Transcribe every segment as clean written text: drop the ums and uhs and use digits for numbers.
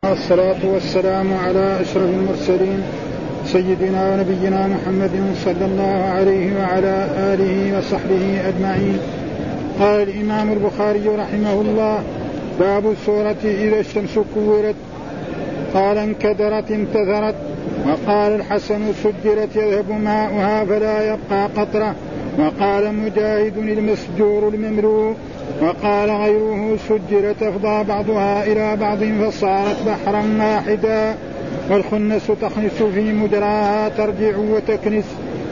الصلاة والسلام على أشرف المرسلين سيدنا ونبينا محمد صلى الله عليه وعلى آله وصحبه أجمعين. قال الإمام البخاري رحمه الله: باب السورة إذا الشمس كورت. قال: انكدرت انتثرت. وقال الحسن: سجرت يذهب ماؤها فلا يبقى قطرة. وقال مجاهد: المسجور المملوء. وقال غيره: سجرت أفضى بعضها إلى بعض فصارت بحرا واحدا. والخنس تخنس في مجراها ترجع وتكنس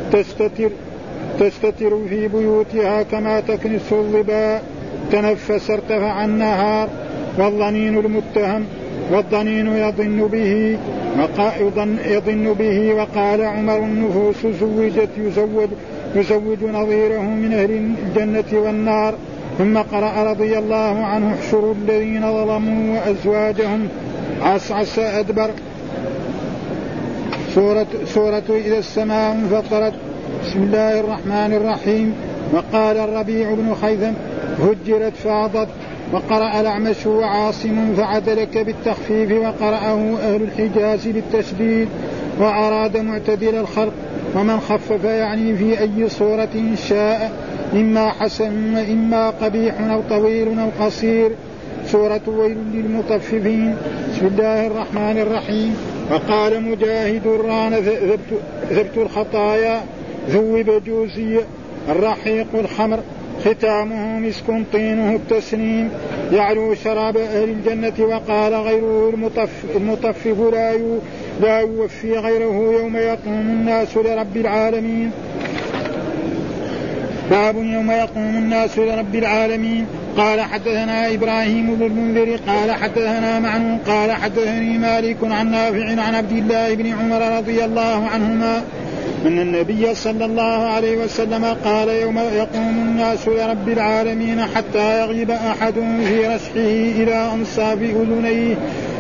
تستتر في بيوتها كما تكنس الظباء. تنفس ارتفع النهار. والظنين المتهم والظنين يظن به. وقال عمر: النفوس زوجت يزوج نظيره من أهل الجنة والنار. ثم قرأ رضي الله عنه: احشروا الذين ظلموا وأزواجهم عسعس أدبر. سورة إذا السماء انفطرت. بسم الله الرحمن الرحيم. وقال الربيع بن خيثم: هجرت فاضت. وقرأ الأعمش وعاصم فعدلك بالتخفيف. وقرأه أهل الحجاز بالتشديد وأراد معتدل الخلق. ومن خفف يعني في أي صورة شاء، إما حسن وإما قبيح أو طويل أو قصير. سورة ويل للمطففين. بسم الله الرحمن الرحيم. وقال مجاهد: ران ذبت الخطايا ذوب جوزي. الرحيق الخمر ختامه مسك طينه التسنيم يعلو شراب أهل الجنة. وقال غيره: المطفف لا يوفي غيره يوم يقوم الناس لرب العالمين. باب يوم يقوم الناس لرب العالمين. قال: حدثنا إبراهيم بن المنذر قال حدثنا معن قال حدثني مالك عن نافع عن عبد الله بن عمر رضي الله عنهما أن النبي صلى الله عليه وسلم قال: يوم يقوم الناس لرب العالمين حتى يغيب أحد في رسحه إلى أنصاب أذنيه.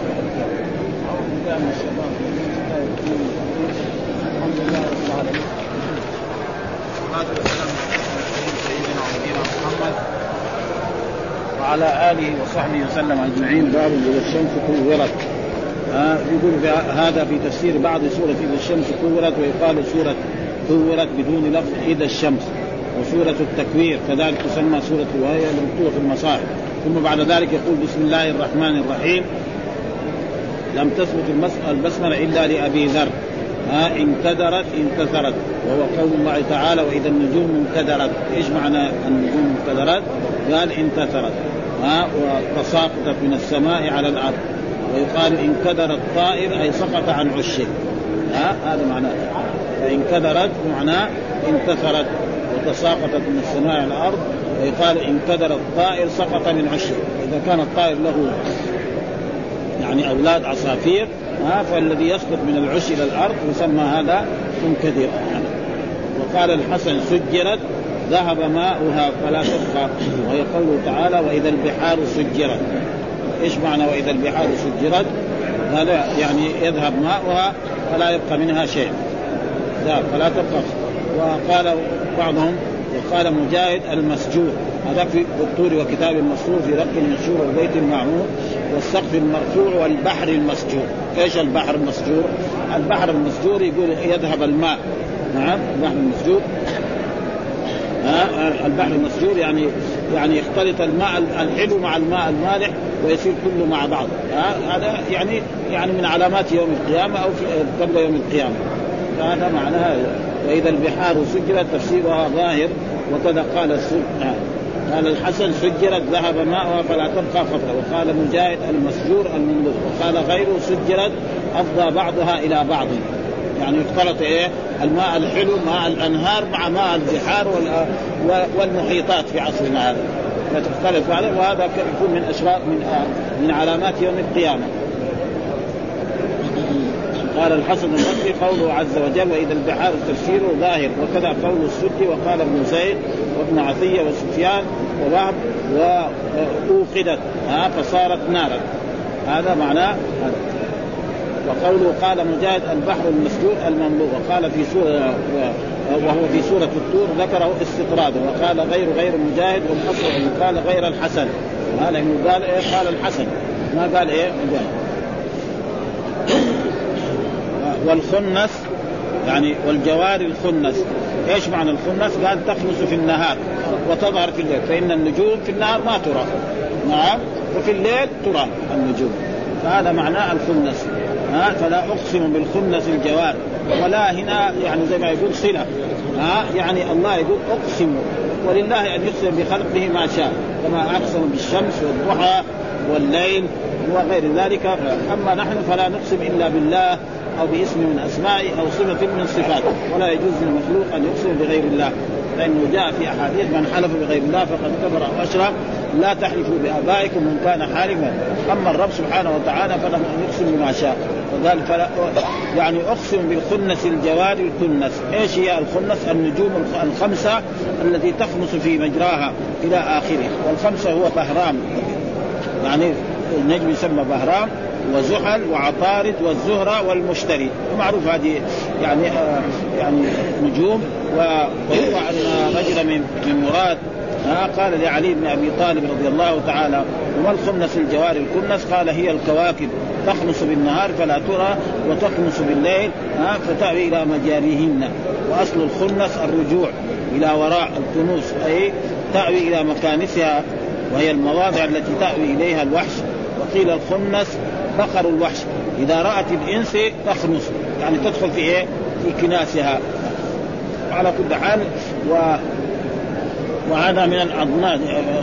وعلى آله وصحبه وسلم أجمعين. باب إذا الشمس كورت. يقول هذا في تفسير بعض سورة إذا الشمس كورت، ويقال سورة كورت بدون لفظ إذا الشمس. وسورة التكوير كذلك تسمى سورة وهي مكتوبة في المصاحف. ثم بعد ذلك يقول: بسم الله الرحمن الرحيم. لم تثبت البسملة إلا لأبي ذر. انكدرت انتثرت، وهو قول الله تعالى: وإذا النجوم انكدرت. إيش معنى النجوم انكدرت؟ قال انتثرت وتساقطت من السماء على الأرض. ويقال انكدر الطائر أي سقط عن عشه. هذا معناه. انكدرت معناه انتثرت وتساقطت من السماء على الأرض. ويقال انكدر الطائر سقط من عشه. إذا كان الطائر له يعني أولاد عصافير فالذي يسقط من العش إلى الأرض يسمى هذا منكدر. وقال الحسن: سجرت ذهب ماؤها فلا تبقى. وهي قوله تعالى: وإذا البحار سجرت. إيش معنى وإذا البحار سجرت؟ هذا يعني يذهب ماؤها فلا يبقى منها شيء، فلا تبقى. وقال بعضهم وقال مجاهد: المسجور. هذا في الطور وكتاب المسطور في رق المنشور وبيت المعمور والسقف المرفوع والبحر المسجور. ايش البحر المسجور؟ البحر المسجور يقول يذهب الماء. نعم البحر المسجور. البحر المسجور يعني يختلط الماء الحلو مع الماء المالح ويصير كله مع بعض. هذا يعني من علامات يوم القيامة أو قبل يوم القيامة. هذا معناها وإذا البحار سجرت تفسيرها ظاهر. وكذا قال الحسن: سجرت ذهب ماءها فلا تبقى قطرة. وقال مجاهد: المسجور المنظور. وقال غيره: سجرت أفضى بعضها إلى بعض. يعني يختلط الماء الحلو مع الأنهار مع ماء البحار والمحيطات في عصرنا هذا فتختلف عليه. وهذا يكون من أشراط من علامات يوم القيامة. قال الحسن البصري: قوله عز وجل وإذا البحار تفسيره ظاهر. وكذا قول السدي. وقال ابن زيد وابن عطية وسفيان ووهب وأوقدت فصارت نارا. هذا معناه. وقوله قال مجاهد: البحر المسجور المملوء. وقال في سورة وهو في سورة الطور ذكره استطرادا. وقال غير مجاهد وقال غير الحسن. قال الحسن ما قال مجاهد. والخنس يعني والجوار الخنس. ايش معنى الخنس؟ قال تخنس في النهار وتظهر في الليل، فإن النجوم في النهار ما ترى، نعم، وفي الليل ترى النجوم، فهذا معناه الخنس. فلا أقسم بالخنس الجوار، ولا هنا يعني زي ما يقول صلة، يعني الله يقول أقسم، ولله أن يقسم بخلقه ما شاء، كما أقسم بالشمس والضحى والليل وغير ذلك. أما نحن فلا نقسم إلا بالله أو باسم من أسمائه أو صفة من صفاته، ولا يجوز للمخلوق أن يقسم بغير الله، لأنه جاء في أحاديث من حلف بغير الله فقد كفر أو أشرك، لا تحلفوا بآبائكم من كان حالفا. أما الرب سبحانه وتعالى فله أن يقسم بما شاء، وقال يعني أقسم بالخنس الجوار الكنس. إيش هي الخنس؟ النجوم الخمسة التي تخنس في مجراها إلى آخره، والخمسة هو بهرام، يعني النجم يسمى بهرام وزحل وعطارد والزهرة والمشتري، معروف هذه يعني نجوم. وهو أن رجل من مراد قال لعلي بن أبي طالب رضي الله تعالى: وما الخنس الجوار الكنس؟ قال: هي الكواكب تخنس بالنهار فلا ترى، وتخنس بالليل فتأوي إلى مجاريهن. وأصل الخنس الرجوع إلى وراء الكنوس، أي تأوي إلى مكانسها، وهي المواضع التي تأوي إليها الوحش. وقيل الخنس بقر الوحش، إذا رأت الإنس تخنس، يعني تدخل في إيه؟ في كناسها. على كل حال وهذا من الأضداد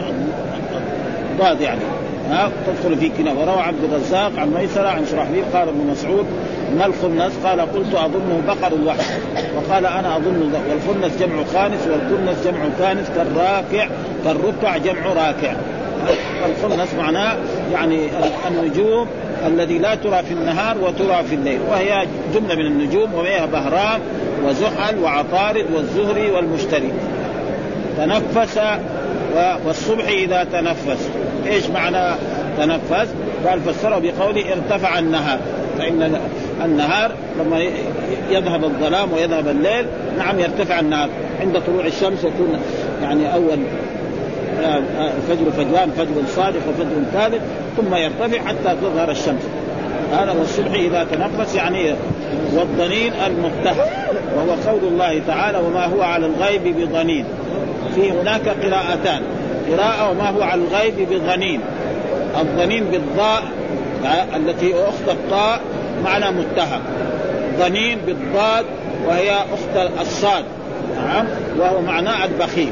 يعني تدخل في كناس. وروى عبد الرزاق عن ميسرة عن شرحبيل قال ابن مسعود: ما الخنس؟ قال: قلت أظنه بقر الوحش. وقال: أنا أظن والخنس جمع خانس، والكنس جمع كانس، كالركع جمع راكع. الخنس معناه يعني النجوم الذي لا ترى في النهار وترى في الليل، وهي جملة من النجوم، وهي بهرام وزحل وعطارد والزهري والمشتري. تنفس والصبح إذا تنفس. إيش معنى تنفس؟ قال فسره بقوله ارتفع النهار، فإن النهار لما يذهب الظلام ويذهب الليل نعم يرتفع النهار. عند طلوع الشمس يكون يعني أول الفجر فجران، فجر صادق وفجر كاذب، ثم يرتفع حتى تظهر الشمس. هذا والصبح إذا تنفس يعني والضنين المفتح، وهو قول الله تعالى: وما هو على الغيب بضنين. في هناك قراءتان: قراءة وما هو على الغيب بضنين. الضنين بالضاء التي أخت الطاء معنى متهم، ضنين بالضاد وهي أخت الصاد، وهو معنى البخيل.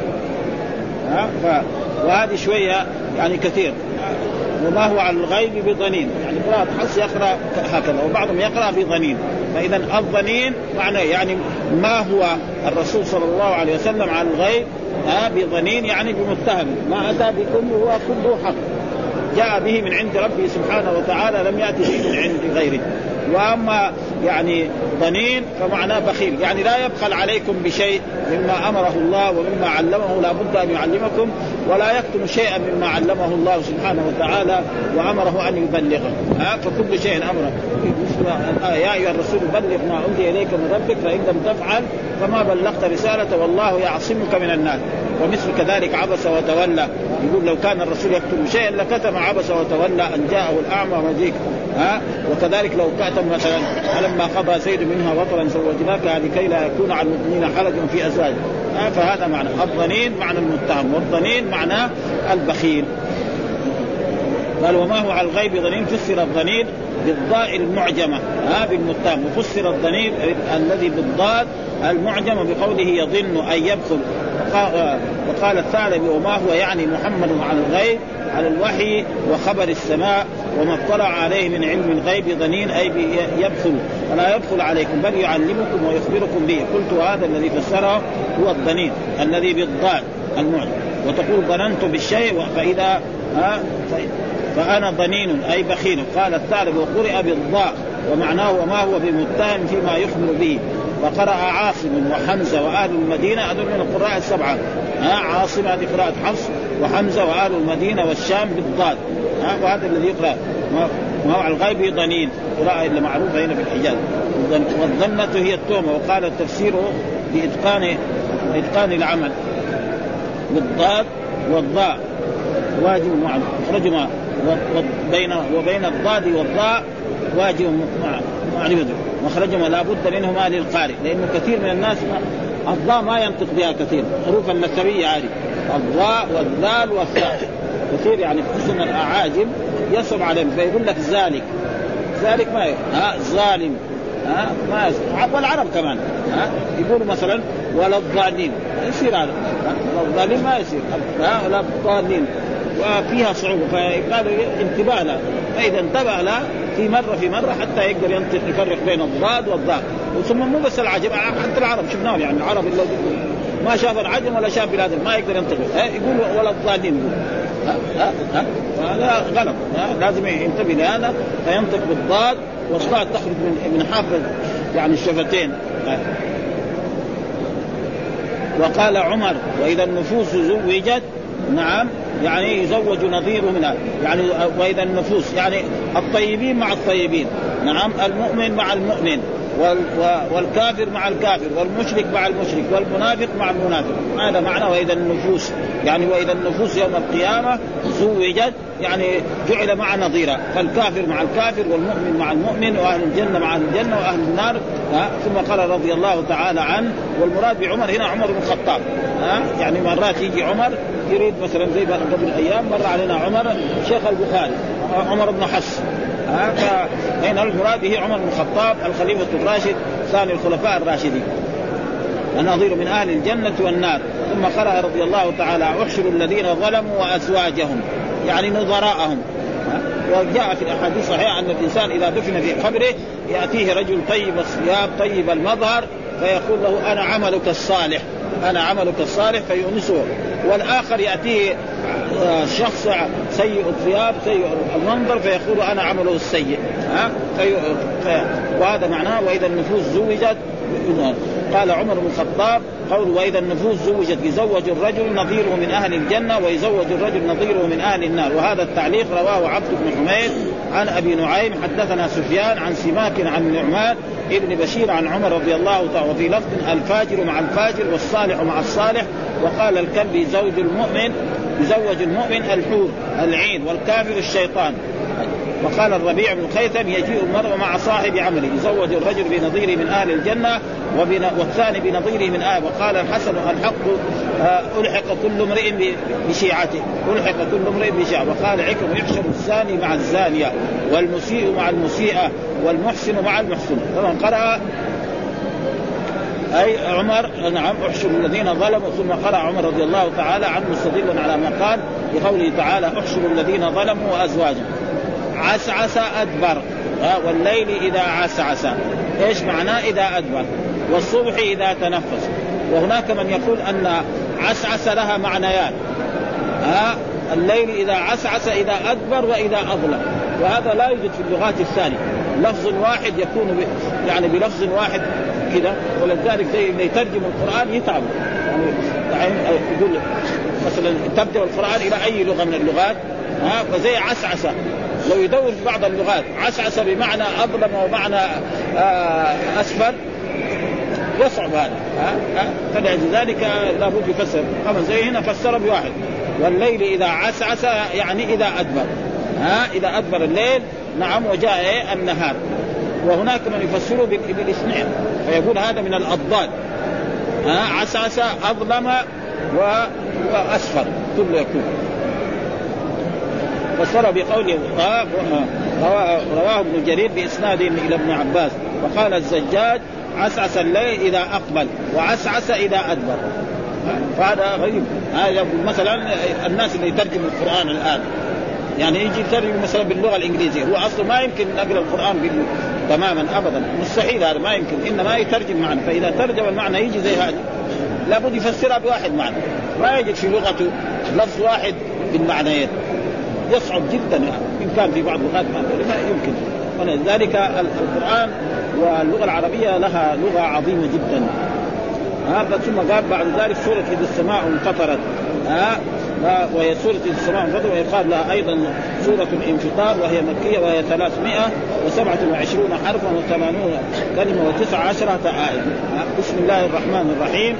وهذه شوية يعني كثير. وما هو على الغيب بضنين، يعني قراءة حفص يقرأ هكذا، وبعضهم يقرأ بضنين. فإذا الضنين معنى يعني ما هو الرسول صلى الله عليه وسلم على الغيب بضنين، يعني بمتهم، ما أتى بكل هو كله حق، جاء به من عند ربه سبحانه وتعالى، لم يأتي به من عند غيره. وأما يعني ضنين فمعناه بخيل، يعني لا يبخل عليكم بشيء مما أمره الله ومما علمه، لا بد أن يعلمكم، ولا يكتم شيئا مما علمه الله سبحانه وتعالى وأمره أن يبلغه. فكل شيء أمره. يا أيها الرسول بلغ ما أنزل إليك من ربك، فإن لم تفعل فما بلغت رسالته والله يعصمك من الناس. ومثل كذلك عبس وتولى، يقول لو كان الرسول يكتب شيئا لكتم عبس وتولى أن جاءه الأعمى وذيك. وكذلك لو كتب مثلا: فلما قضى زيد منها وطرا زوجناكها لكي لا يكون على المؤمنين حرج في أزواجهم. فهذا معنى الضنين، معنى المتهم، والضنين معنى البخيل. قال: وما هو على الغيب ضنين. فسر الضنين بالضاء المعجمة بالمتهم، وفسر الضنين الذي بالضاد المعجمة بقوله يظن أن يبخل. وقال الثعلبي: وما هو يعني محمد على الغيب على الوحي وخبر السماء وما اطلع عليه من علم الغيب ضنين، أي يبخل فلا يبخل عليكم بل يعلمكم ويخبركم به. قلت هذا الذي فسره هو الضنين الذي بالضاد المعجم. وتقول ظننت بالشيء فإذا فأنا ضنين أي بخيل. قال الثعلب: وقرئ بالضاء ومعناه وما هو بمتهم فيما يخبر به. وقرأ عاصم وحمزة وآل المدينة، هذول من القراء السبعة. عاصم هذه قراءة حفص، وحمزة وآل المدينة والشام بالضاد. وهذا الذي يقرأ ما هو على الغيب ضنين، قراءة اللي معروفة هنا في الحجاز. والظنة هي التهمة. وقال التفسير بإتقان العمل بالضاد والضاء واجب مع اخرجهما، وبين الضاد والضاء واجب يعني مخرجهما لا بد منهما للقارئ، لأنه كثير من الناس الضاء ما ينطق بها كثير، حروف النسبية عادي الضاء والذال والثاء كثير يعني خصوصا الأعاجم يصعب عليهم، فيقول لك ذلك ما ظالم ما والعرب كمان يقولوا مثلا ولا الضالين يصير هذا ولا الضالين ما يصير ولا الضالين وفيها صعوبة، فقالوا انتباه له، فإذا انتبه له في مرة حتى يقدر يفرق بين الضاد والضاء. ثم مو بس العجم، حتى العرب شفناهم يعني العرب اللي ما شاف العجم ولا شاف بلاد ما يقدر ينطق يقول ولا الضالين هذا غلط، لازم ينتبه لهذا فينطق بالضاد، والضاد تخرج من حافظ يعني الشفتين. وقال عمر وإذا النفوس زوجت نعم يعني يزوج نظيره منها، يعني وإذا النفوس يعني الطيبين مع الطيبين نعم، المؤمن مع المؤمن والكافر مع الكافر والمشرك مع المشرك والمنافق مع المنافق، هذا معنى وإذا النفوس يعني وإذا النفوس يوم القيامة زوجت يعني جعل مع نظيرة، فالكافر مع الكافر والمؤمن مع المؤمن وأهل الجنة مع أهل الجنة وأهل النار. ثم قال رضي الله تعالى عنه، والمراد بعمر هنا عمر بن الخطاب. يعني مرات يجي عمر يريد مثلا زي قبل أيام مر علينا عمر شيخ البخاري عمر بن حفص، فهنا المراد به عمر بن الخطاب الخليفة الراشد ثاني الخلفاء الراشدين النظير من أهل الجنة والنار. ثم قرأ رضي الله تعالى احشروا الذين ظلموا وأزواجهم يعني نظراءهم. وجاء في الأحاديث صحيحة أن الإنسان إذا دفن في قبره يأتيه رجل طيب الثياب طيب المظهر فيقول له أنا عملك الصالح أنا عملك الصالح فيؤنسه، والآخر يأتيه شخص سيء الثياب سيء المنظر فيقول أنا عمله السيء وهذا معناه وإذا النفوس زوجت. قال عمر بن الخطاب قول وإذا النفوس زوجت يزوج الرجل نظيره من أهل الجنة ويزوج الرجل نظيره من أهل النار. وهذا التعليق رواه عبد بن حميد عن أبي نعيم حدثنا سفيان عن سماك عن نعمان ابن بشير عن عمر رضي الله تعالى وفي لفظ الفاجر مع الفاجر والصالح مع الصالح. وقال الكلب يزوج المؤمن الحور العين والكافر الشيطان. وقال الربيع بن خيثم يجيء المرء مع صاحب عمله يزوج الرجل بنظيره من أهل الجنة والثاني بنظيره من أهل. وقال الحسن الحق ألحق كل امرئ بشيعته ألحق كل امرئ بشيعته. وقال عكرمة يحشر الزاني مع الزانية والمسيء مع المسيئة والمحسن مع المحسن. طبعا قرأ أي عمر نعم احشر الذين ظلموا. ثم قرأ عمر رضي الله تعالى عنه مستدلا على ما قال بقوله تعالى احشر الذين ظلموا وأزواجهم. عسعس أدبر والليل إذا عسعس إيش معناه إذا أدبر والصبح إذا تنفس. وهناك من يقول أن عسعس لها معنيان الليل إذا عسعس إذا أدبر وإذا أظلم، وهذا لا يوجد في اللغات الثانية. لفظ واحد يكون يعني بلفظ واحد كده، ولذلك زي اللي يترجم القرآن يتعب يعني يقول مثلا تبدأ القرآن إلى أي لغة من اللغات فزي عسعس لو يدور في بعض اللغات عسعس بمعنى أظلم ومعنى أسفل يصعب هذا فلذلك لابد يفسر. أما زي هنا فسر بواحد والليل إذا عسعس يعني إذا أدبر إذا أدبر الليل نعم وجاء النهار. وهناك من يفسره بالاثنين فيقول هذا من الأضداد عسعس أظلم وأسفل كله يكون. فسر بقوله رواه ابن جرير بإسناده إلى ابن عباس. وقال الزجاج عسعس الليل إذا أقبل وعسعس إذا أدبر. فهذا غريب. هذا مثلا الناس اللي يترجموا القرآن الآن يعني يجي يترجم مثلا باللغة الإنجليزية هو أصلا ما يمكن نقرأ القرآن تماما أبدا مستحيل هذا ما يمكن إنما يترجم معنى. فإذا ترجم المعنى يجي زي هذا لابد يفسرها بواحد معنى ما يجد في لغته لفظ واحد بالمعنيين يصعب جدا يعني. إن كان في بعض اللغات ما يمكن. ولذلك القرآن واللغة العربية لها لغة عظيمة جدا. ثم قال بعد ذلك سورة إذا السماء انفطرت وهي سورة إذا السماء انفطرت ويقال لها أيضا سورة الانفطار وهي مكية وهي 327 حرفا و80 كلمة و19 آية. بسم الله الرحمن الرحيم.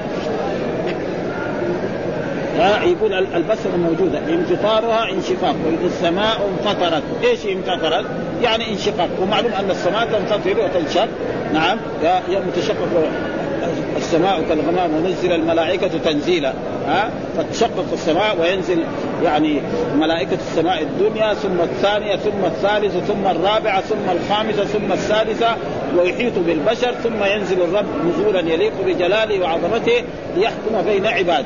يقول البسمة موجودة انفطارها انشقاق وإذا السماء انفطرت. إيش انفطرت يعني انشقاق. ومعلوم أن السماء تنفطر وتنشق. نعم متشقق السماء كالغمام ونزل الملائكة تنزيلا. فتشقق السماء وينزل يعني ملائكة السماء الدنيا ثم الثانية ثم الثالثة ثم الرابعة ثم الخامسة ثم السادسة ويحيط بالبشر ثم ينزل الرب نزولا يليق بجلاله وعظمته ليحكم بين عباده.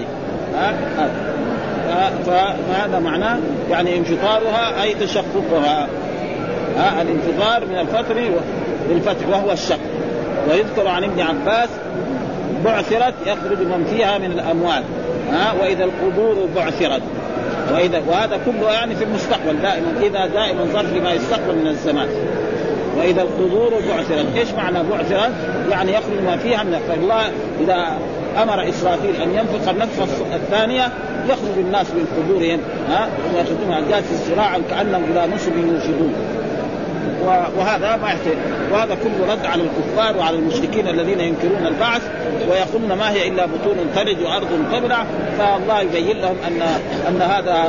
فهذا معناه يعني انفطارها أي تشققها. الانفطار من الفتر للفتح وهو الشق. ويذكر عن ابن عباس بعثرت يخرج من فيها من الأموال. وإذا القبور بعثرت. وهذا كله يعني في المستقبل دائما، إذا دائما ظرف لما يستقبل من الزمان. وإذا القبور بعثرت، إيش معنى بعثرت؟ يعني يخرج ما فيها من. فالله إذا أمر إسرافيل أن ينفخ النفخة الثانية يخرج الناس من قبورهم ويأخذونها جالس الصراع كأنهم إلى نصب يوشدون. وهذا ما يحتاج. وهذا كله رد على الكفار وعلى المشركين الذين ينكرون البعث ويقولون ما هي إلا بطون تلج وأرض تبلع. فالله يبين لهم أن هذا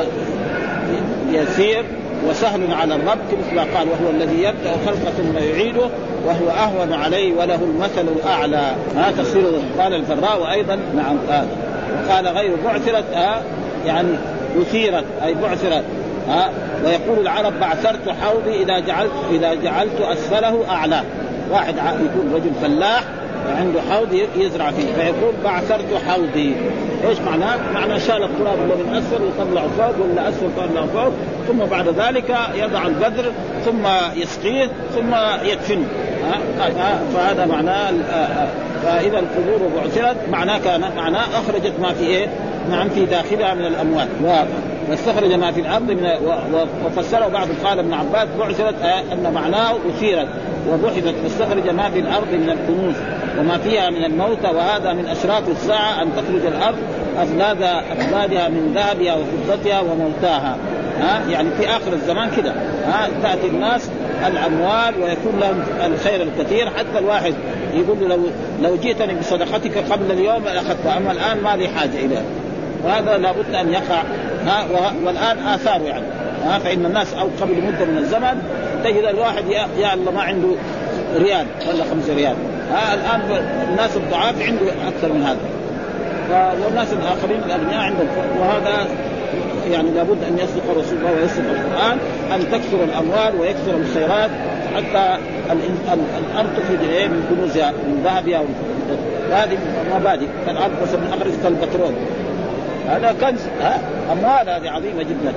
يسير وسهل على الرب، مثل ما قال وهو الذي يبدأ خلقه ثم يعيده وهو أهون عليه وله المثل الأعلى. تفسير قال الفراء. وأيضا نعم قال غير بعثرت يعني أثيرت أي بعثرت. ويقول العرب بعثرت حوضي إذا جعلت أسفله أعلى. واحد يكون رجل فلاح عنده حوض يزرع فيه فيقول بعثرت حوضي. ايش معناه؟ معناه شال التراب من اسفل وطلع فوق ولا اسفل طلع فوق، ثم بعد ذلك يضع البذر ثم يسقيه ثم يدفنه. فهذا معناه. فإذا القبور بعثرت معناه أخرجت ما في إيه؟ نعم في داخلها من الأموال. واستخرج ما في الأرض وفسره بعض قال ابن عباس بعثرت أن معناه أثيرت وبحثت فاستخرج ما في الأرض من الكنوز وما فيها من الموتى. وهذا من أشراط الساعة أن تخرج الأرض أفلادها من ذهبها وفضتها وموتاها. يعني في آخر الزمان كده تأتي الناس الأموال ويكون لهم الخير الكثير، حتى الواحد يقول له لو جئتني بصدقتك قبل اليوم أخذتها أما الآن ما لي حاجة إليه. وهذا لابد أن يقع. والآن آثار يعني فإن الناس أو قبل مدة من الزمن تجد الواحد يا الله ما عنده ريال ولا 5 ريال. الآن الناس الضعاف عنده أكثر من هذا، والناس الآخرين الأغنياء عندهم. وهذا يعني لابد أن يصدق رسول الله ويصدق القرآن أن تكثر الأموال ويكثر الخيرات حتى الأرض تخرج من كنوزها من ذهبها. وهذه مبادئ. الأرض مثلا أخرج كالبترول هذا كنز. أموال هذه عظيمة جدا.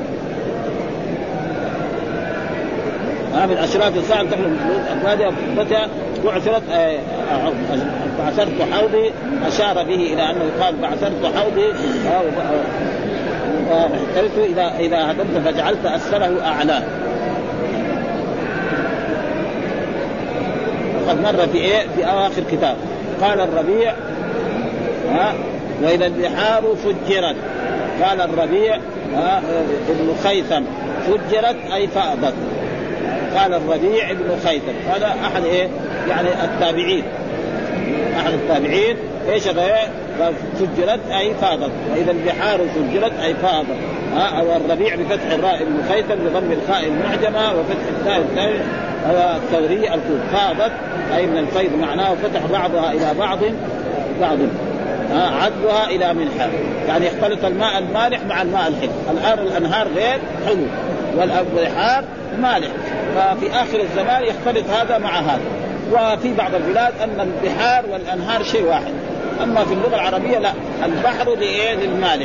من أشراط الساعة تخرج من أفرادها وفضتها بعثرت. بعثرت حوضي أشار به إلى أنه قال بعثرت حوضي إذا هدمت فجعلت أسفله أعلى. وقد مر في أواخر كتاب. قال الربيع وإذا البحار فجرت. قال الربيع ابن خيثم فجرت أي فأضت. قال الربيع ابن خيثم هذا أحد يعني التابعين. أحد التابعين إيش فجرت أي فاضت. وإذا البحار فجرت أي فاضت. أو الربيع بفتح الراء ابن خيثم بضم الخاء المعجمة وفتح التاء الثاني الثوري الكوف. فاضت أي من الفيض معناه فتح بعضها إلى بعض عذبها إلى ملحها. يعني يختلط الماء المالح مع الماء الحلو. الآن الأنهار غير حلو والبحار مالح، ففي آخر الزمان يختلط هذا مع هذا. وفي بعض البلاد أن البحار والأنهار شيء واحد، أما في اللغة العربية لا، البحر للمالح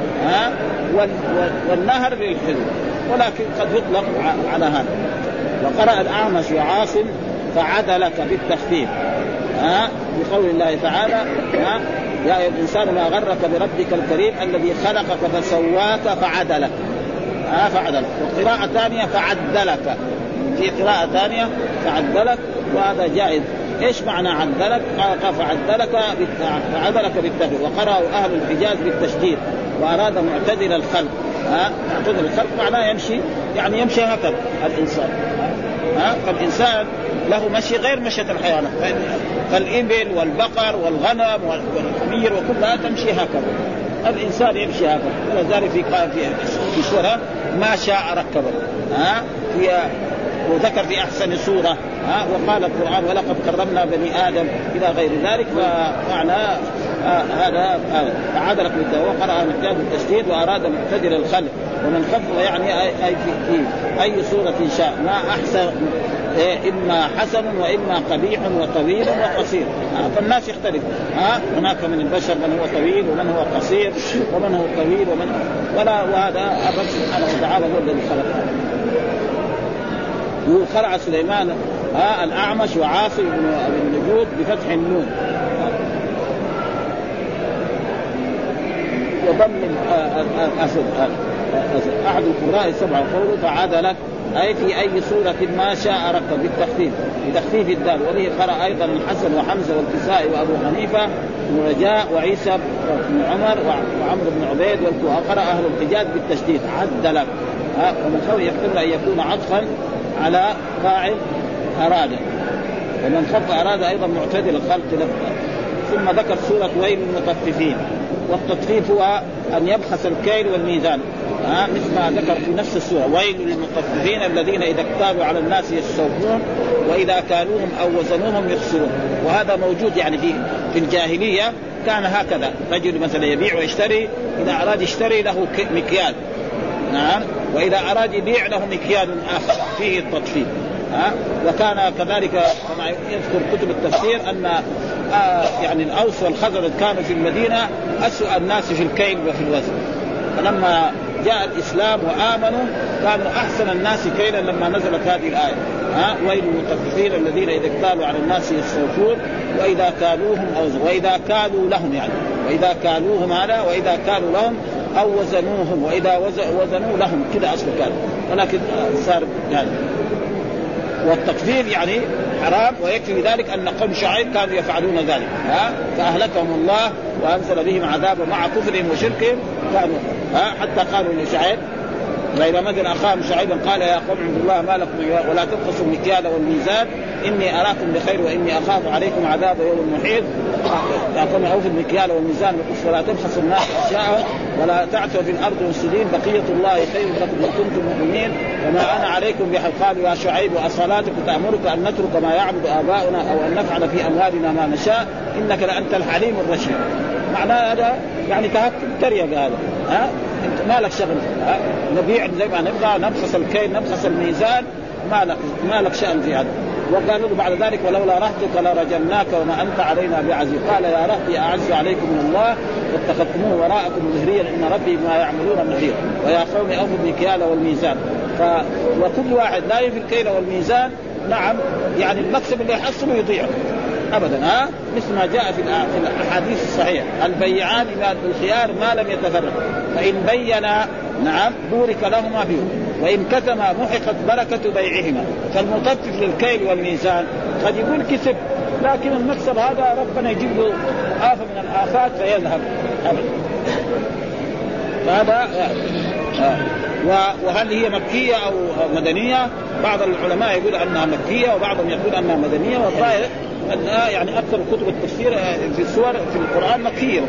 والنهر للحلو، ولكن قد يطلق على هذا. وقرأ الأعمش وعاصم فعدلك بالتخفيف بقول الله تعالى يا أيها الإنسان ما غرك بربك الكريم الذي خلقك فسواك فعدلك. فعدلك. وقراءة ثانية فعدلك. في قراءة ثانية فعدلك، وهذا جائز. إيش معنى عدلك؟ قال فعدلك بالتخفيف. وقرأوا أهل الحجاز بالتشديد وأراد معتدل الخلق. معتدل الخلق معناه يمشي، يعني يمشي هكذا الإنسان. فالإنسان له مشي غير مشية الحيوانات، فالإبل والبقر والغنم والحمير وكلها تمشي هكذا. الإنسان يمشي هكذا. ولذلك في سورة ما شاء ركبه. وذكر في أحسن سورة وقال القرآن ولقد كرمنا بني آدم إلى غير ذلك. فمعنى هذا فعاد لك بالدواء وقرأ مقدار التشديد وأراد معتدل الخلق ومن خف يعني أي في أي سورة شاء ما أحسن إما حسن وإما قبيح وطويل وقصير. فالناس يختلف هناك من البشر من هو طويل ومن هو قصير ومن هو طويل وهذا الرب سبحانه وتعالى هو الذي خلقه. وقرأ سليمان الأعمش وعاصم بن نجود بفتح النون وضم الأسد أحد القراء السبعة قوله فعاد لك أي في أي سورة ما شاء ركب بالتخفيف بتخفيف الدال. وله قرأ أيضا الحسن وحمزة والكسائي وأبو حنيفة ورجاء وعيسى بن عمر وعمرو بن عبيد وقرأ أهل الحجاز بالتشديد عد لك. ومن خوي يحتمل أن يكون عطفا على فاعل أراد ومن خف أراد أيضا معتدل الخلق. ثم ذكر سورة ويل المطففين والتطفيف هو أن يبخس الكيل والميزان مثل ما ذكر في نفس السورة ويل للمطففين الذين إذا اكتالوا على الناس يستوفون وإذا كالوهم أو وزنوهم يخسرون. وهذا موجود يعني في الجاهلية كان هكذا رجل مثلا يبيع ويشتري إذا أراد يشتري له مكيال وإذا أراد يبيع له مكيال آخر فيه التطفيف. وكان كذلك كما يذكر كتب التفسير أن يعني الأوس والخزرج كانوا في المدينة أسوأ الناس في الكيل وفي الوزن. فلما جاء الإسلام وآمنوا كانوا أحسن الناس كيلا لما نزلت هذه الآية ويل المطففين الذين إذا اكتالوا على الناس يستوفون وإذا كالوهم أو وإذا كالوا لهم يعني وإذا كالوهم على وإذا كالوا لهم أو وزنوهم وإذا وزنوا لهم كده أصل كان ولكن صار يعني. والتكفير يعني حرام ويكفي ذلك أن قوم شعيب كانوا يفعلون ذلك فأهلكهم الله وأنزل بهم عذابا مع كفرهم وشركهم كانوا حتى قالوا لشعيب وإذا مدن أخاهم شعيبا قال يا قوم اعبدوا الله ما لكم ولا تنقصوا المكيال والميزان إني أراكم بخير وإني أخاف عليكم عذاب يوم محيط. يا قوم أوفوا المكيال والميزان ولا تبخسوا الناس أشياءهم ولا تعثوا في الأرض مفسدين بقية الله خير لكم إن كنتم مؤمنين وما أنا عليكم بحفيظ. قالوا يا شعيب أصلاتك تأمرك أن نترك ما يعبد آباؤنا أو أن نفعل في أموالنا ما نشاء إنك لأنت الحليم الرشيد. معناه هذا يعني تهكم تريق هذا انت مالك شغل نبيع زي ما نبغى نبخس الكيل نبخس الميزان مالك شأن في هذا. وقالوا له بعد ذلك ولولا رهتك لرجمناك وما أنت علينا بعزيز. قال يا رهتي أعز عليكم من الله واتخذتموه وراءكم ظهريا إن ربي ما يعملون محيط. ويا قوم أوفوا المكيال والميزان وكل واحد لا يفي الكيل والميزان نعم يعني المكسب اللي يحصله يضيع أبدا مثل ما جاء في الأحاديث الصحيحة البيعان بالخيار ما لم يتفرق فإن بينا نعم بورك لهما فيه وإن كتما محقت بركة بيعهما. فالمطفف للكيل والميزان قد يقول كسب لكن المكسب هذا ربنا يجيب له آفة من الآفات فيذهب أبدا. فهذا وهل هي مكية أو مدنية؟ بعض العلماء يقول أنها مكية وبعضهم يقول أنها مدنية والظاهر يعني أكثر كتب التفسير في السور في القرآن مكية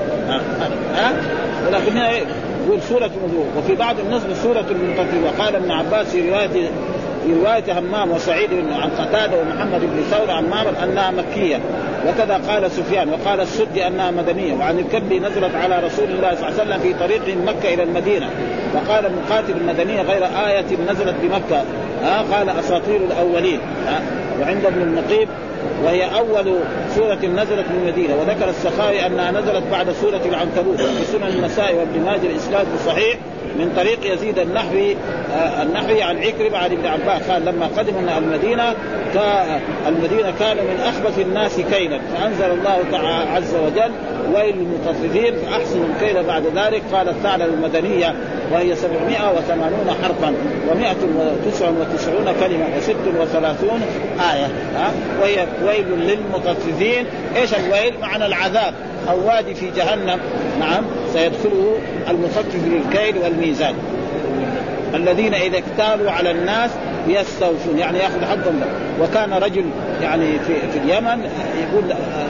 ولكن يقول سورة النزول وفي بعض النسب سورة المطففين. وقال ابن عباس في رواية همام وسعيد عن قتادة ومحمد بن ثور عن معمر أنها مكية وكذا قال سفيان. وقال السدي أنها مدنية. وعن الكلبي نزلت على رسول الله صلى الله عليه وسلم في طريق من مكة إلى المدينة. وقال المقاتل المدنية غير آية نزلت بمكة قال أساطير الأولين. وعند ابن النقيب وهي أول سورة نزلت من المدينة. وذكر السخاوي أنها نزلت بعد سورة العنكبوت في سنن النسائي وابن ماجه الإسناد الصحيح من طريق يزيد النحوي عن عكرمة عن ابن عباس قال لما قدموا المدينة كانوا من أخبث الناس كيلا فأنزل الله تعالى عز وجل ويل للمطففين فأحسنوا الكيل. بعد ذلك قال الثعلب المدنية وهي 780 حرفا و199 كلمة و36 آية وهي ويل للمطففين. ايش الويل؟ معنى العذاب أو وادي في جهنم نعم سيدخله المطفف للكيل والميزان الذين إذا اكتالوا على الناس يستوفون يعني يأخذ حظهم. وكان رجل يعني في اليمن يقول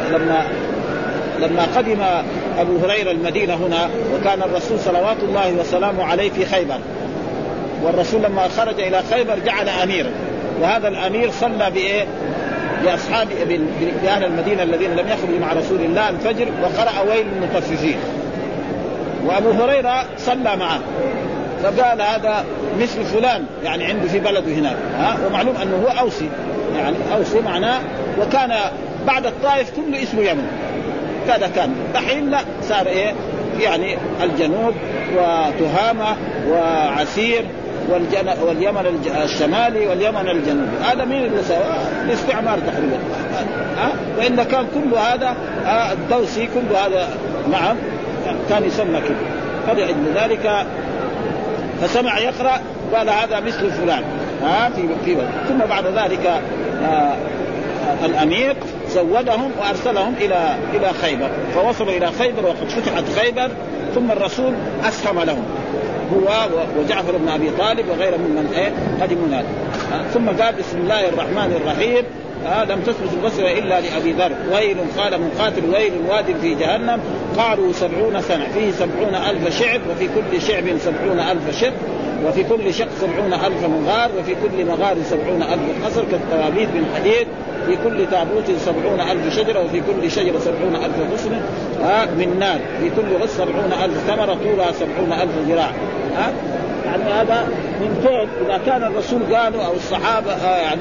لما قدم أبو هريرة المدينة هنا وكان الرسول صلوات الله وسلامه عليه في خيبر والرسول لما خرج إلى خيبر جعل أميرا وهذا الأمير صلى بإيه لأصحاب بأهل المدينة الذين لم يخرجوا مع رسول الله الفجر وقرأ ويل للمطففين، وأبو هريرة صلى معه فقال هذا مثل فلان يعني عنده في بلده هناك ومعلوم أنه هو أوسي، يعني أوسي معناه، وكان بعد الطائف كله اسمه يمن كذا كان، دحين لا صار إيه يعني الجنوب وتهامة وعسير واليمن الشمالي واليمن الجنوبي. هذا مين اللي سوى الاستعمار تقريبا وإن كان كل هذا الدوسي كل هذا نعم كان يسمى كده. فلأجل ذلك فسمع يقرأ قال هذا مثل فلان في ثم بعد ذلك الأمير زودهم وأرسلهم إلى خيبر، فوصلوا إلى خيبر وقد فتحت خيبر، ثم الرسول أسهم لهم هو وجعفر بن أبي طالب وغيره ممن قدموا هذا. ثم قال بسم الله الرحمن الرحيم لم تثبت البصرة إلا لأبي ذر ويل قال مقاتل ويل واد في جهنم قالوا 70 سنة فيه 70,000 شعب وفي كل شعب 70,000 شق وفي كل شق 70,000 مغار وفي كل مغار 70,000 قصر كالتوابيت من حديد في كل تابوت 70,000 شجرة وفي كل شجرة 70,000 غصن من نار في كل غصن 70,000 ثمرة طولها 70,000 ذراع. يعني هذا من فين إذا كان الرسول قالوا أو الصحابة يعني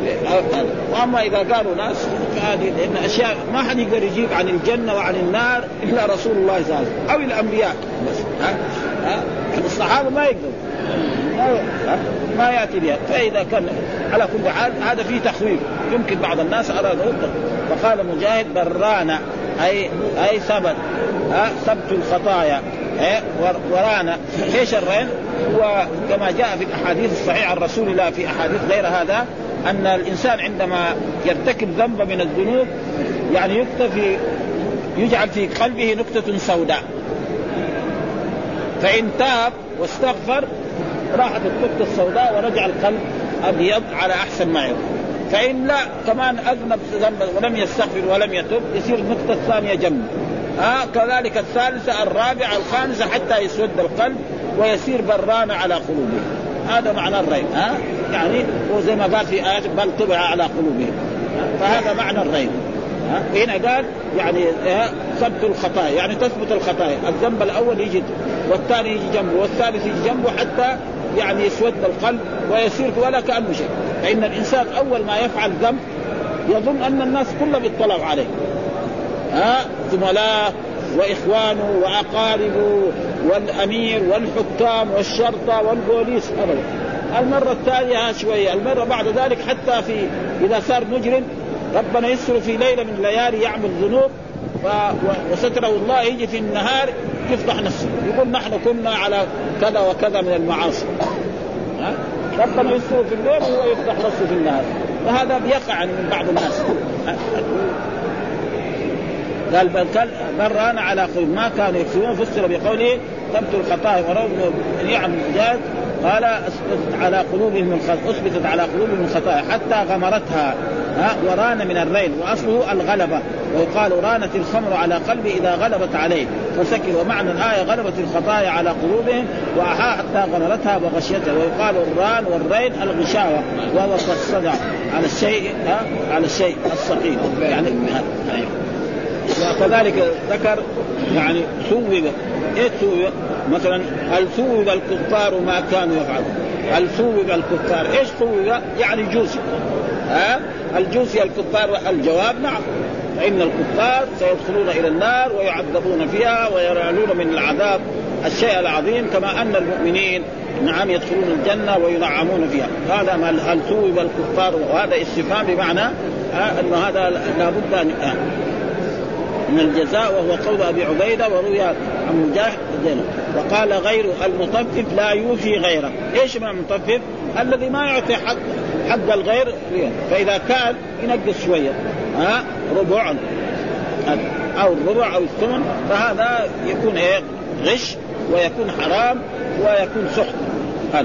وأما إذا قالوا ناس فهذه لأن أشياء ما حد يقدر يجيب عن الجنة وعن النار إلا رسول الله صلى الله عليه وسلم أو الأنبياء بس يعني الصحابة ما يقدروا ما يأتي بها. فإذا كان على كل حال هذا فيه تخويف يمكن بعض الناس أرادوا. فقال مجاهد برانا أي ثبت ثبت الخطايا ورانا. ايش الرين؟ وكما جاء في الاحاديث الصحيحه عن رسول الله في احاديث غير هذا ان الانسان عندما يرتكب ذنب من الذنوب يعني يجعل في قلبه نكته سوداء، فان تاب واستغفر راحت النكته السوداء ورجع القلب ابيض على احسن ما يكون. فان لا كمان اذنب ذنب ولم يستغفر ولم يتوب يصير النكته الثانيه جنب كذلك الثالثة الرابعة الخامسة حتى يسود القلب ويصير بران على قلوبهم. هذا معنى الرين يعني وزي ما قال في آية بل طبع على قلوبهم فهذا معنى الرين. هنا قال يعني ثبت الخطايا يعني تثبت الخطايا، الذنب الأول يجي والثاني يجي جنبه والثالث يجي جنبه حتى يعني يسود القلب ويصير ولا كأنه شيء. فإن الإنسان أول ما يفعل ذنب يظن أن الناس كلهم يطلعوا عليه زملاء وإخوانه وأقاربه والأمير والحكام والشرطة والبوليس أبدا. المرة الثانية شوية، المرة بعد ذلك حتى في إذا صار مجرم ربنا يسر في ليلة من الليالي يعمل ذنوب وستره الله يجي في النهار يفضح نفسه يقول نحن كنا على كذا وكذا من المعاصي. ربنا يسر في الليل وهو يفضح نفسه في النهار، وهذا بيقع من بعض الناس. قال برانا على قلوب ما كانوا يكسبون فسر بقوله ثبت الخطايا ورغم نعم الجاد قال أثبتت على قلوبهم الخطايا حتى غمرتها وران من الرين وأصله الغلبة، ويقال رانت الخمر على قلبي إذا غلبت عليه فسكر. ومعنى الآية غلبت الخطايا على قلوبهم حتى غمرتها وغشيتها. ويقال الران والرين الغشاوة وهو الصدع على الشيء الثقيل يعني وكذلك ذكر يعني ثوب ثوب مثلا هل ثوب الكفار ما كانوا يفعلون. هل ثوب الكفار ايش ثوب يعني جوسي الجوسي الكفار. الجواب نعم، فإن الكفار سيدخلون إلى النار ويعذبون فيها وينالون من العذاب الشيء العظيم كما أن المؤمنين نعم يدخلون الجنة وينعمون فيها. هذا هل ثوب الكفار وهذا استفهام بمعنى أن هذا لابد من الجزاء، وهو قول أبي عبيدة وروي عن مجاهد. وقال غير المطفف لا يوفي غيره. إيش معنى المطفف؟ الذي ما يعطي حق الغير، فإذا كان ينقص شوية ربع أو الربع أو الثمن فهذا يكون غش ويكون حرام ويكون سحت. هذا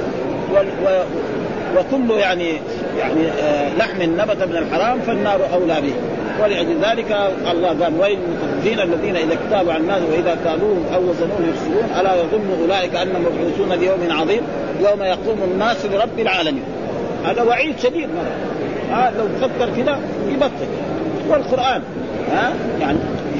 وكل يعني لحم نبت من الحرام فالنار أولى به. ولأجل ذلك الله قال ويل للمطففين الذين إذا اكتالوا على الناس وإذا كالوهم أو وزنوهم يخسرون ألا يظن أولئك أنهم مبعوثون ليوم عظيم يوم يقوم الناس لرب العالمين. هذا وعيد شديد مرة. لو فكر كده يبطل. والقرآن يعني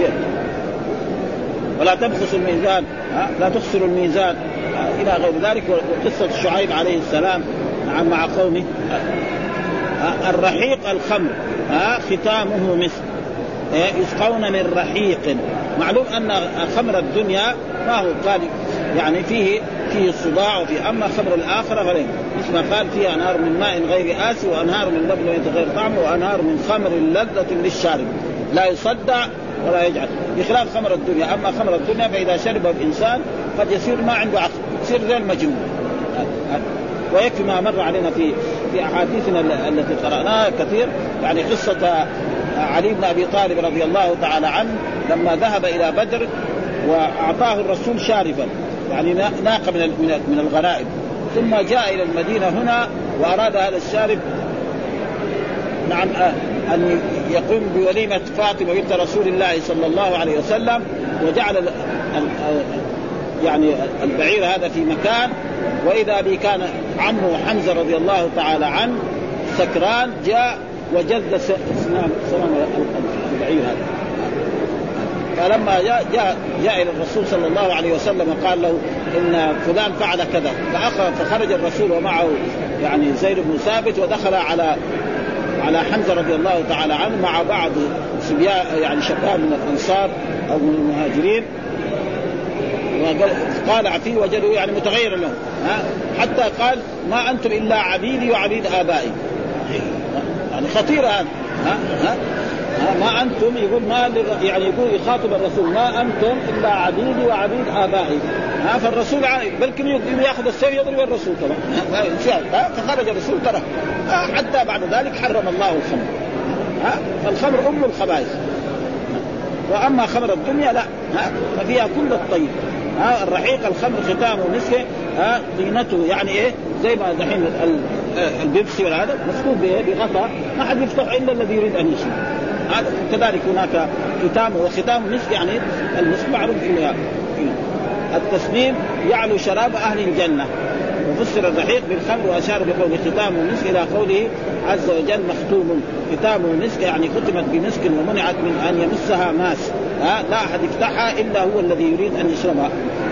ولا تبخسوا الميزان لا تخسروا الميزان إلى غير ذلك. وقصة شعيب عليه السلام مع قومه. الرحيق الخمر ختامه مسك يسقون من رحيق. معلوم أن خمر الدنيا ما هو قال يعني فيه الصداع وفيه، أما خمر الآخرة فلين مثل ما قال فيها أنهار من ماء غير آسي وأنهار من لبن يتغير طعمه وأنهار من خمر لذة للشارب لا يصدع ولا يجعل، بخلاف خمر الدنيا. أما خمر الدنيا فإذا شرب الإنسان قد يصير ما عنده عقل، يصير زي المجنون. ويكفي ما مر علينا في أحاديثنا التي قرأناها كثير، يعني قصة علي بن أبي طالب رضي الله تعالى عنه لما ذهب إلى بدر وأعطاه الرسول شاربا، يعني ناقة من الغنائم، ثم جاء إلى المدينة هنا وأراد هذا الشارب نعم أن يقوم بوليمة فاطمة بنت رسول الله صلى الله عليه وسلم، وجعل يعني البعير هذا في مكان، وإذا به كان عمه حمزة رضي الله تعالى عنه سكران جاء وجذ سنام البعير هذا. فلما جاء إلى الرسول صلى الله عليه وسلم قال له إن فلان فعل كذا، فخرج الرسول ومعه يعني زيد بن ثابت ودخل على حمزة رضي الله تعالى عنه مع بعض يعني شباب من الأنصار أو من المهاجرين، وقال عفي وجدوا يعني متغير لهم حتى قال ما أنتم إلا عبيدي وعبيد آبائي. يعني خطيرة هذا ما أنتم يقول ما يعني يقول يخاطب الرسول ما أنتم إلا عبيدي وعبيد آبائي. فالرسول بلكن يأخذ السيف يضرب الرسول طبعا. فخرج الرسول ترى حتى بعد ذلك حرم الله الخمر. فالخمر أم الخبائث، وأما خمر الدنيا لا ففيها كل الطيب. الرحيق الخمر ختامه مسك طينته، يعني إيه زي ما دحين البيبسي ولا هذا مسكوب بغطاء ما حد يفتح إلا الذي يريد أن يشرب. كذلك هناك ختامه وختامه مسك، يعني المسك معروف إلى التسليم يعلو شراب أهل الجنة. وفسر الرحيق بالخمر وأشار بقوله ختامه مسك إلى قوله عز وجل مختوم. ختامه مسك يعني ختمت بمسك ومنعت من أن يمسها ماس، لا أحد يفتحها إلا هو الذي يريد أن يشربها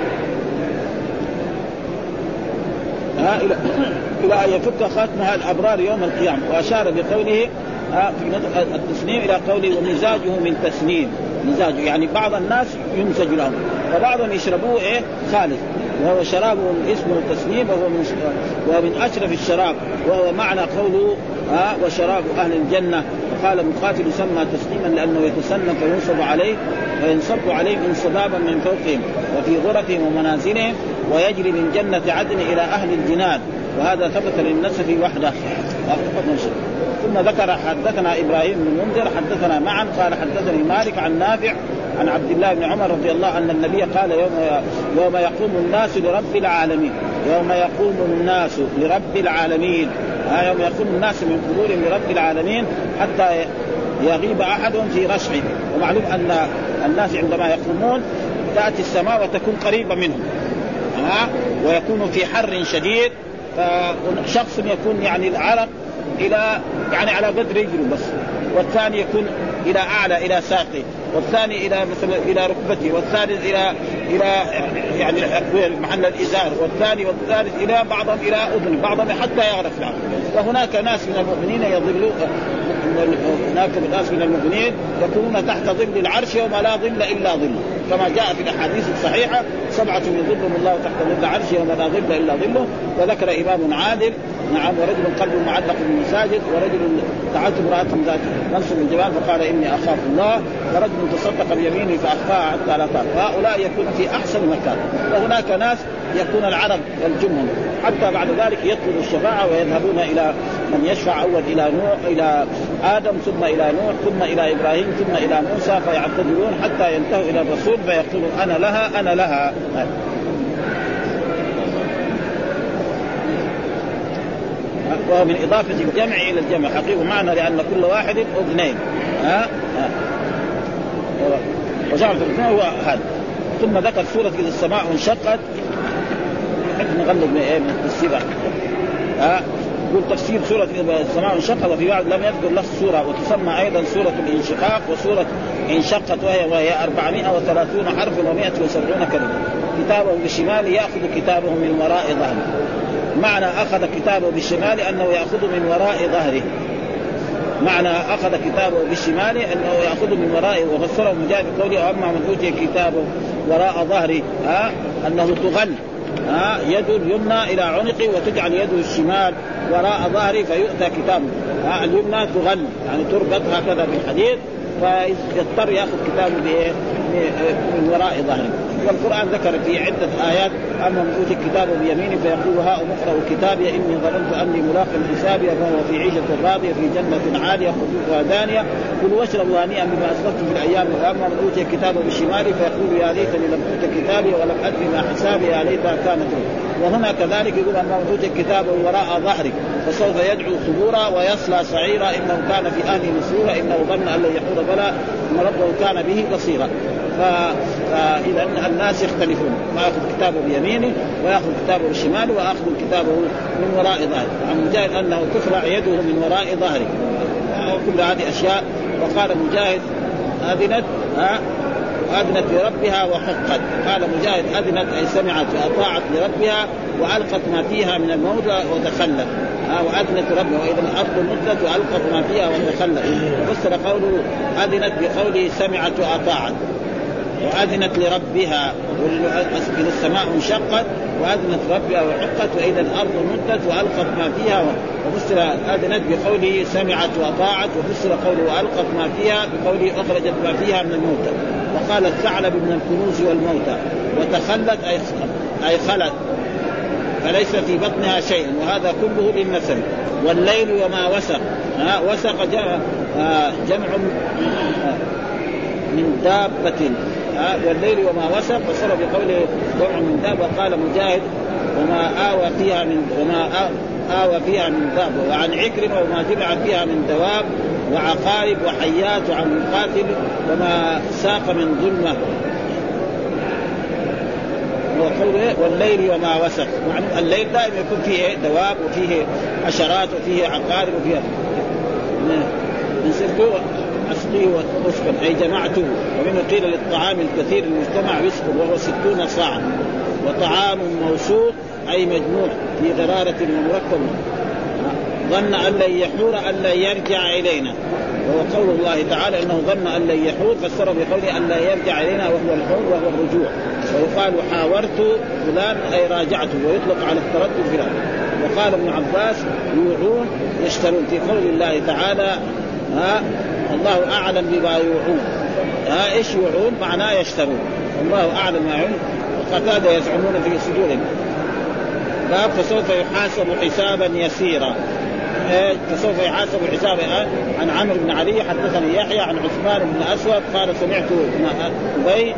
إلى أن يفك ختمها الأبرار يوم القيامة. وأشار بقوله في التسنيم إلى قوله ومزاجه من تسنيم. مزاجه يعني بعض الناس يمزج لهم وبعضهم يشربوه خالص، وهو شراب اسمه التسنيم وهو من أشرف الشراب، وهو معنى قوله وشراب أهل الجنة. وقال مقاتل يسمى تسنيما لأنه يتسنم فينصب عليه وينصب عليه انصبابا من فوقهم وفي غرفهم ومنازلهم، ويجري من جنة عدن إلى أهل الجنان. وهذا ثبت للنسف وحده. ثم ذكر حدثنا إبراهيم بن المنذر حدثنا معا قال حدثني مالك عن نافع عن عبد الله بن عمر رضي الله عنه أن النبي قال يوم يقوم الناس لرب العالمين. يوم يقوم الناس لرب العالمين يوم يقوم الناس من قبورهم لرب العالمين حتى يغيب أحدهم في رشحه. ومعلوم أن الناس عندما يقومون تأتي السماء وتكون قريبة منهم ويكون في حر شديد، فشخص يكون يعني العرق إلى يعني على قدر رجله بس، والثاني يكون إلى أعلى إلى ساقه، والثاني إلى مثلا إلى ركبته، والثالث إلى يعني محل الإزار، والثاني والثالث إلى بعضهم إلى أذن بعضهم حتى يغرق العرق. وهناك ناس من المؤمنين يظلون، هناك ناس من المؤمنين يكونون تحت ظل العرش يوم لا ظل إلا ظله، كما جاء في الأحاديث الصحيحة 7 يظلهم الله تحت ظل العرش يوم لا ظل إلا ظله. وذكر إمام عادل نعم ورجل قلبه معلق بالمساجد، ورجل تعالت امرأة ذات منصب الجبال فقال إني أخاف الله، ورجل تصدق بيمينه فأخفاها حتى لا تعرف. وهؤلاء يكون في أحسن مكان. وهناك ناس يكون العرب والجمهم حتى بعد ذلك يطلبوا الشفاعة ويذهبون إلى من يشفع أول إلى نوح إلى آدم ثم إلى نوح ثم إلى إبراهيم ثم إلى موسى، فيعتذرون حتى ينتهوا إلى الرسول فيقولون أنا لها أنا لها. وهو من إضافة الجمع إلى الجمع حقيقة معنى لأن كل واحد أذنين وجمع في الاثنين هو هذا. ثم ذكر سورة إذا السماء انشقت نحن نغلق من السبع يقول تفسير سورة السماء انشقت، وفي بعض لم يذكر لفظ سورة، وتسمى أيضا سورة الانشقاق وسورة انشقت، وهي 430 حرف و170 كلمة. كتابه بالشمال يأخذ كتابه من وراء ظهره. معنى أخذ كتابه بالشمال أنه يأخذ من وراء ظهره. معنى أخذ كتابه بالشمال أنه يأخذ من ورائه. وفسره مجاهد بقوله أما من أوتي كتابه وراء ظهره أنه تغل يد اليمنى إلى عنقه وتجعل يده الشمال وراء ظهره فيؤتى كتابه. اليمنى تغل يعني تربط هكذا بالحديد فيضطر يأخذ كتابه من وراء ظهره. والقرآن ذكر في عدة آيات أما من أوتي كتابه بيمينه فيقول هاؤم اقرءوا كتابي إني ظننت أني ملاق حسابي فهو في عيشة راضية في جنة عالية قطوفها دانية كلوا واشربوا هنيئا بما أسلفتم في الأيام. وأما من أوتي كتابه بالشمال فيقول يا ليتني لم أوت كتابي ولم أدري ما حسابي يا ليتها كانت. وهنا كذلك يقول أما من أوتي كتابه وراء ظهره فسوف يدعو ثبورا ويصلى سعيرا إنه كان في أهله مسرورا إنه ظن أن لن يحور بلى إن ربه كان به بصيرا. فإذا الناس يختلفون، ما يأخذ كتابه بيمينه ويأخذ كتابه بالشمال ويأخذ كتابه من وراء ظهره. عن مجاهد أنه تفرع يده من وراء ظهره. وكل هذه أشياء. وقال مجاهد أذنت لربها وحقت. قال مجاهد أذنت أي سمعت وأطاعت لربها وألقت ما فيها من الموت وتخلت. وأذنت ربها وإذا الأرض مدت وألقت ما فيها وتخلت. فسر قوله أذنت بقوله سمعت وأطاعت وأذنت لربها إذا السماء انشقت وأذنت ربها وحقت وإذا الأرض مدت وألقت ما فيها. وفسر أذنت بقوله سمعت وأطاعت وفسر قوله وألقت ما فيها بقوله أخرجت ما فيها من الموتى. وقال الثعلب من الكنوز والموتى. وتخلت أي خلت فليس في بطنها شيء وهذا كله للنسل. والليل وما وسق وسق جمع من دابة والليل وما وسق فصار بقوله جمع من دابة. وقال مجاهد وما آوى فيها من دابة. وعن عكرمة وما جمع فيها من دواب وعقارب وحيات. وعن مقاتل وما ساق من ظلمة. وقوله والليل وما وسق يعني الليل دائما يكون فيه دواب وفيه حشرات وفيه عقارب وفيه نسبه أسقيه وأسكن أي جمعته. ومنه قيل للطعام الكثير المجتمع وسق وهو 60 صاعا. وطعام موثوق أي مجموع في غرارة ومركب. ظن أن لن يحور أن لن يرجع إلينا. وهو قول الله تعالى إنه ظن أن لن يحور فسر بقوله أن لا يرجع إلينا وهو الحور وهو الرجوع. ويقال حاورت فلان أي راجعته ويطلق على التردد فلان. وقال ابن عباس يوعون يشترون في قول الله تعالى الله أعلم بما يوعون. إيش يوعون معناه يشترون الله أعلم ما يوعون. وقتادة يزعمون في صدورهم فسوف يحاسب حسابا يسيرا. فسوف يحاسب حسابا. عن عمرو بن علي حدثني يحيى عن عثمان بن أسود قال سمعت أبي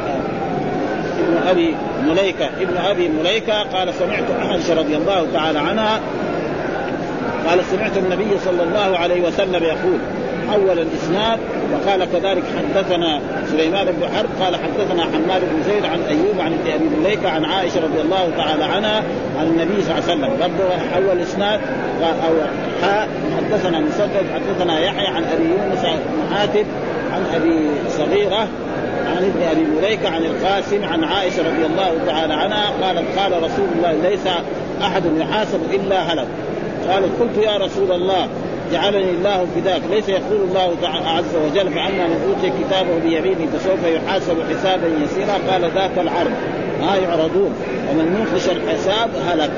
ابن أبي مليكة قال سمعت عائشة رضي الله تعالى عنها قال سمعت النبي صلى الله عليه وسلم يقول أول الإسناد. وقال كذلك حدثنا سليمان بن حرب قال حدثنا حماد بن زيد عن أيوب عن أبي مليكة عن عائشة رضي الله تعالى عنها عن النبي صلى الله عليه وسلم. برضو أول الإسناد أو حدثنا مسدد حدثنا يحيى عن أبي يونس بن حاتم عن أبي صغيرة عن ابن أبي مليكة عن القاسم عن عائشة رضي الله تعالى عنها قالت قال رسول الله ليس أحد يحاسب إلا هلك. قالت قلت يا رسول الله جعلني الله فداك ليس يقول الله تعالى عز وجل فأما من أوتي كتابه بيمينه فسوف يحاسب حسابا يسيرا قال ذاك العرض يعرضون ومن نوقش الحساب هلك.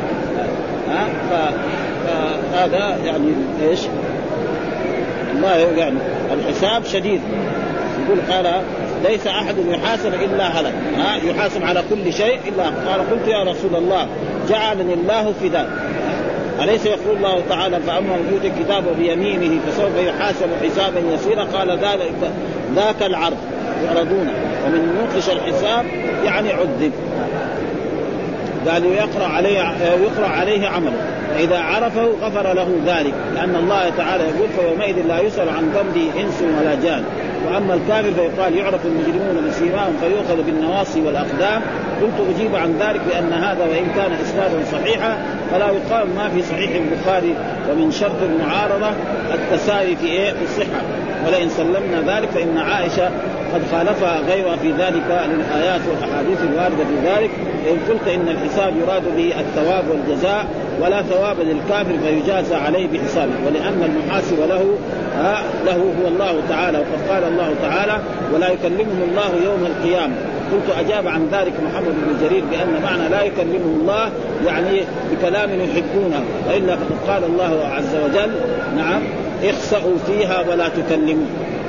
فهذا يعني إيش الله يعني الحساب شديد. يقول قال ليس أحد يحاسب إلا هلك يحاسب على كل شيء إلا. قال قلت يا رسول الله جعلني الله فداك أليس يقول الله تعالى فأما من أوتي كتابه بيمينه فسوف يحاسب حسابا يسيرا قال ذاك العرض يعرضون ومن ينقش الحساب يعني عذب. قالوا يقرأ عليه عمله إذا عرفه غفر له ذلك لأن الله تعالى يقول فيومئذ لا يسأل عن ذنبه إنس ولا جان. وأما الكافر فيقال يعرف المجرمون بسيماهم فيؤخذ بالنواصي والأقدام. قلت أجيب عن ذلك بأن هذا وإن كان إسنادا صحيحا فلا يقال ما في صحيح البخاري ومن شرط المعارضة التساوي في الصحة. ولئن سلمنا ذلك فإن عائشة قد خالفها غيرها في ذلك للآيات والأحاديث الواردة في ذلك. إن قلت إن الحساب يراد به الثواب والجزاء ولا ثواب للكافر فيجازى عليه بحسابه، ولأن المحاسب له هو الله تعالى، وقد قال الله تعالى ولا يكلمهم الله يوم القيامة. قلت أجاب عن ذلك محمد بن جرير بأن معنى لا يكلمه الله يعني بكلام يحبونه، وإلا فقد قال الله عز وجل نعم اخسأوا فيها ولا تكلموا.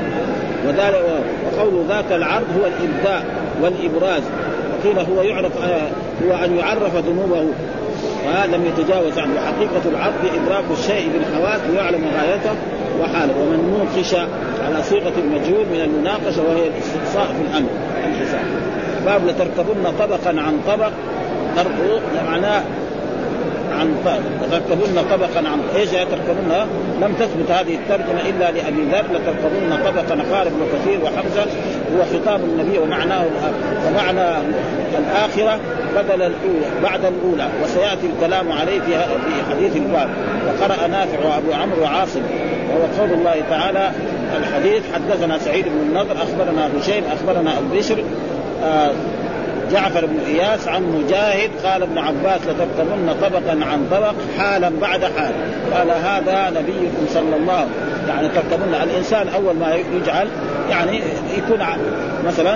وقول ذاك العرض هو الإبداء والإبراز، وقيل هو أن يعرف ذنوبه وهذا لم يتجاوز عنه. وحقيقة العرض إدراك الشيء بالحواس ويعلم غايته وحاله، ومن نوقش على صيغة المجهول من المناقشة وهي الاستقصاء في الأمر الحساب. باب لتركبن طبقا عن طبق، معناه عن تركبن طبقا عن ايش تركبن. لم تثبت هذه الترجمه الا لابي ذر لتركبن طبقا. قال ابن كثير وحمزه هو خطاب النبي ومعناه ومعنى الاخره بدل الاولى بعد الاولى، وسياتي الكلام عليه في حديث الباب. وقرأ نافع وابو عمرو وعاصم. وهو قول الله تعالى الحديث حدثنا سعيد بن النضر اخبرنا هشيم اخبرنا ابو بشر جعفر بن إياس عن مجاهد قال ابن عباس لتركبن طبقا عن طبق حالا بعد حال. قال هذا نبيكم صلى الله عليه وسلم، يعني تركبن الإنسان أول ما يجعل يعني يكون مثلا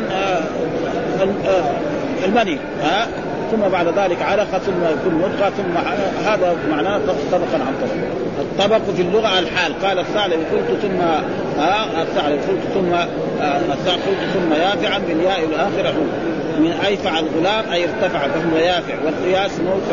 المني ثم بعد ذلك علقة ثم يكون مضغة ثم هذا معناه طبقا عن طبق. الطبق في اللغة الحال. قال الثعلب قلت ثم الثعلب قلت ثم يافعا بالياء الآخرة من أيفع الغلام أي ارتفع فهو يافع، والقياس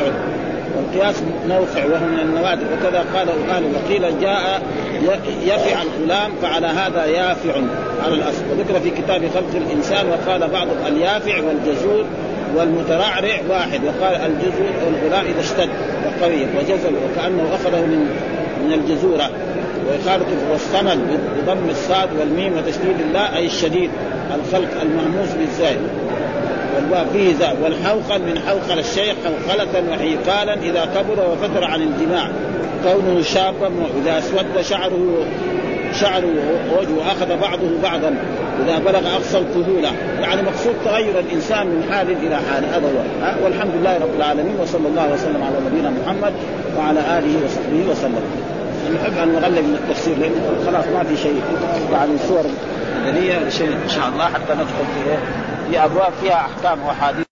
موسع وهو من النوادر. وكذا قال أهل وقيل جاء يفع الغلام فعلى هذا يافع على الأصل. وذكر في كتاب خلق الإنسان وقال بعضهم اليافع والجزور والمترعرع واحد، وقال الجزور والغلام إذا اشتد وقوي وجزل وكأنه أخذه من الجزورة. ويخالط والصمل بضم الصاد والميم وتشديد الله أي الشديد الخلق المهموس بالزاي والباء فيه زاء. والحوقل من حوقل الشيخ حوقلة وحيقالا إذا كبر وفتر عن الجماع كونه شابا إذا اسود شعره ووجهه أخذ بعضه بعضا إذا بلغ أقصى الكهولة. يعني مقصود تغير الإنسان من حال إلى حال. هذا هو. والحمد لله رب العالمين وصلى الله وسلم على نبينا محمد وعلى آله وصحبه وسلم. نحب أن نغلب من التفسير لأن خلاص ما في شيء يعني صور دليل شيء إن شاء الله حتى ندخل في أبواب فيها أحكام وحديث.